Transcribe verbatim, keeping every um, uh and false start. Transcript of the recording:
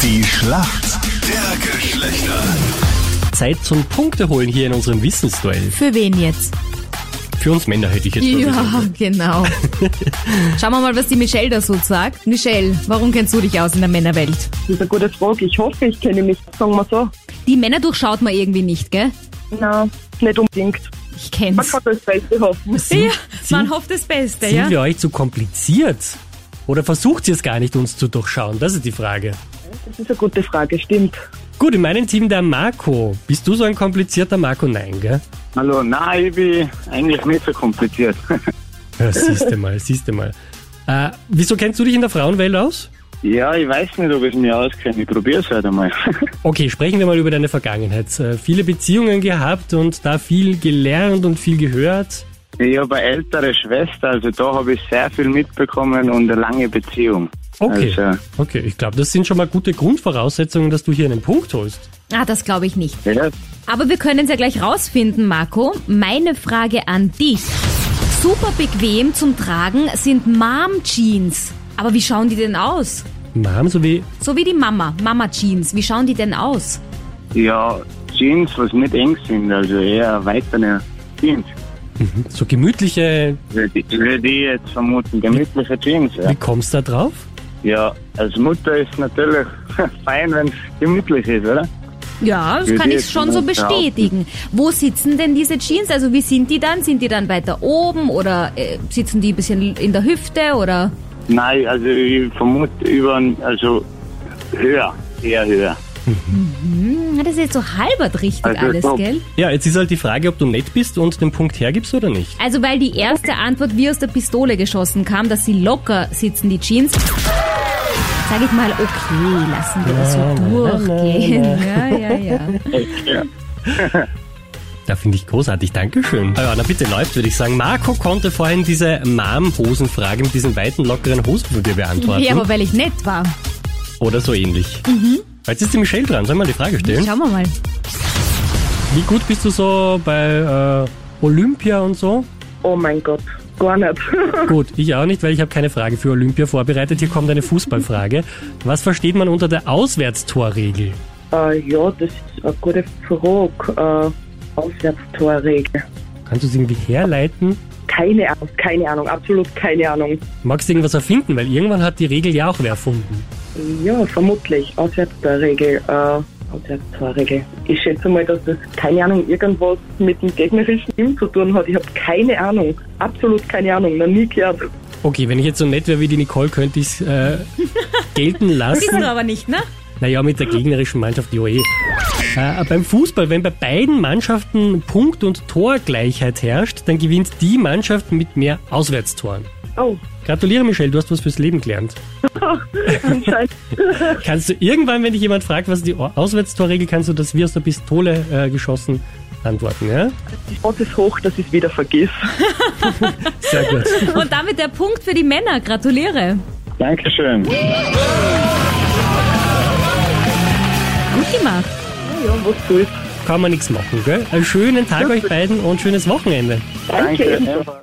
Die Schlacht der Geschlechter. Zeit zum Punkteholen hier in unserem Wissensduell. Für wen jetzt? Für uns Männer hätte ich jetzt mal Ja, gesagt. genau. Schauen wir mal, was die Michelle da so sagt. Michelle, warum kennst du dich aus in der Männerwelt? Das ist eine gute Frage. Ich hoffe, ich kenne mich, sagen wir so. Die Männer durchschaut man irgendwie nicht, gell? Nein, nicht unbedingt. Ich Man kenn's. kann das Beste hoffen. Ja, man sind- hofft das Beste, Sind ja? wir euch zu kompliziert? Oder versucht ihr es gar nicht, uns zu durchschauen? Das ist die Frage. Das ist eine gute Frage, stimmt. Gut, in meinem Team der Marco. Bist du so ein komplizierter Marco? Nein, gell? Hallo, nein, ich bin eigentlich nicht so kompliziert. Ja, siehst du mal, siehst du mal. Äh, wieso kennst du dich in der Frauenwelt aus? Ja, ich weiß nicht, ob ich mich auskenne. Ich probiere es halt einmal. Okay, sprechen wir mal über deine Vergangenheit. Äh, viele Beziehungen gehabt und da viel gelernt und viel gehört. Ich habe eine ältere Schwester, also da habe ich sehr viel mitbekommen und eine lange Beziehung. Okay, Also, okay. Ich glaube, das sind schon mal gute Grundvoraussetzungen, dass du hier einen Punkt holst. Ah, das glaube ich nicht. ja, Aber wir können es ja gleich rausfinden, Marco. Meine Frage an dich. Super bequem zum Tragen sind Mom-Jeans. Aber wie schauen die denn aus? Mom, so wie... So wie die Mama, Mama-Jeans. Wie schauen die denn aus? ja, Jeans, was nicht eng sind, also eher weitere Jeans. So gemütliche... Würde ich, würde ich jetzt vermuten, gemütliche Jeans. Ja. Wie kommst du da drauf? ja, als Mutter ist natürlich fein, wenn es gemütlich ist, oder? Ja, das Würde kann ich jetzt schon so nicht bestätigen. Wo sitzen denn diese Jeans? Also wie sind die dann? Sind die dann weiter oben oder äh, sitzen die ein bisschen in der Hüfte oder? Nein, also ich vermute über, also höher, eher höher. Hm, das ist jetzt so halbert richtig Also alles, so. gell? Ja, jetzt ist halt die Frage, ob du nett bist und den Punkt hergibst oder nicht. Also weil die erste Antwort wie aus der Pistole geschossen kam, dass sie locker sitzen, die Jeans. Sag ich mal, okay, lassen wir das so durchgehen. Ja, ja, ja. Ja. Da finde ich großartig, Dankeschön. Ja, na bitte läuft, würde ich sagen. Marco konnte vorhin diese Mom-Hosen-Frage mit diesen weiten, lockeren Hosen von dir beantworten. Ja, aber weil ich nett war. Oder so ähnlich. Jetzt ist die Michelle dran. Soll ich mal die Frage stellen? Schauen wir mal. Wie gut bist du so bei äh, Olympia und so? Oh mein Gott, gar nicht. Gut, ich auch nicht, weil ich habe keine Frage für Olympia vorbereitet. Hier kommt eine Fußballfrage. Was versteht man unter der Auswärtstorregel? äh, ja, das ist eine gute Frage. Äh, Auswärtstorregel. Kannst du es irgendwie herleiten? Keine Ahnung, keine Ahnung, absolut keine Ahnung. Magst du irgendwas erfinden? Weil irgendwann hat die Regel ja auch wer erfunden. Ja, vermutlich. Auswärtstorregel. Äh, Auswärtstorregel. Ich schätze mal, dass das, keine Ahnung, irgendwas mit dem gegnerischen Team zu tun hat. Ich habe keine Ahnung. Absolut keine Ahnung. Noch nie gehört. Okay, wenn ich jetzt so nett wäre wie die Nicole, könnte ich es äh, gelten Bist lassen. du aber nicht, ne? Naja, mit der gegnerischen Mannschaft, jo eh. Äh, beim Fußball, wenn bei beiden Mannschaften Punkt- und Torgleichheit herrscht, dann gewinnt die Mannschaft mit mehr Auswärtstoren. Oh, Gratuliere, Michelle, du hast was fürs Leben gelernt. anscheinend. Kannst du irgendwann, wenn dich jemand fragt, was die Auswärtstorregel, kannst du das wie aus der Pistole äh, geschossen antworten, ja? Die Chance ist hoch, dass ich es wieder vergiss. Sehr gut. Und damit der Punkt für die Männer. Gratuliere. Dankeschön. Gut gemacht. Ja, was soll's. Kann man nichts machen, gell? Einen schönen Tag euch beiden und schönes Wochenende. Danke. Danke.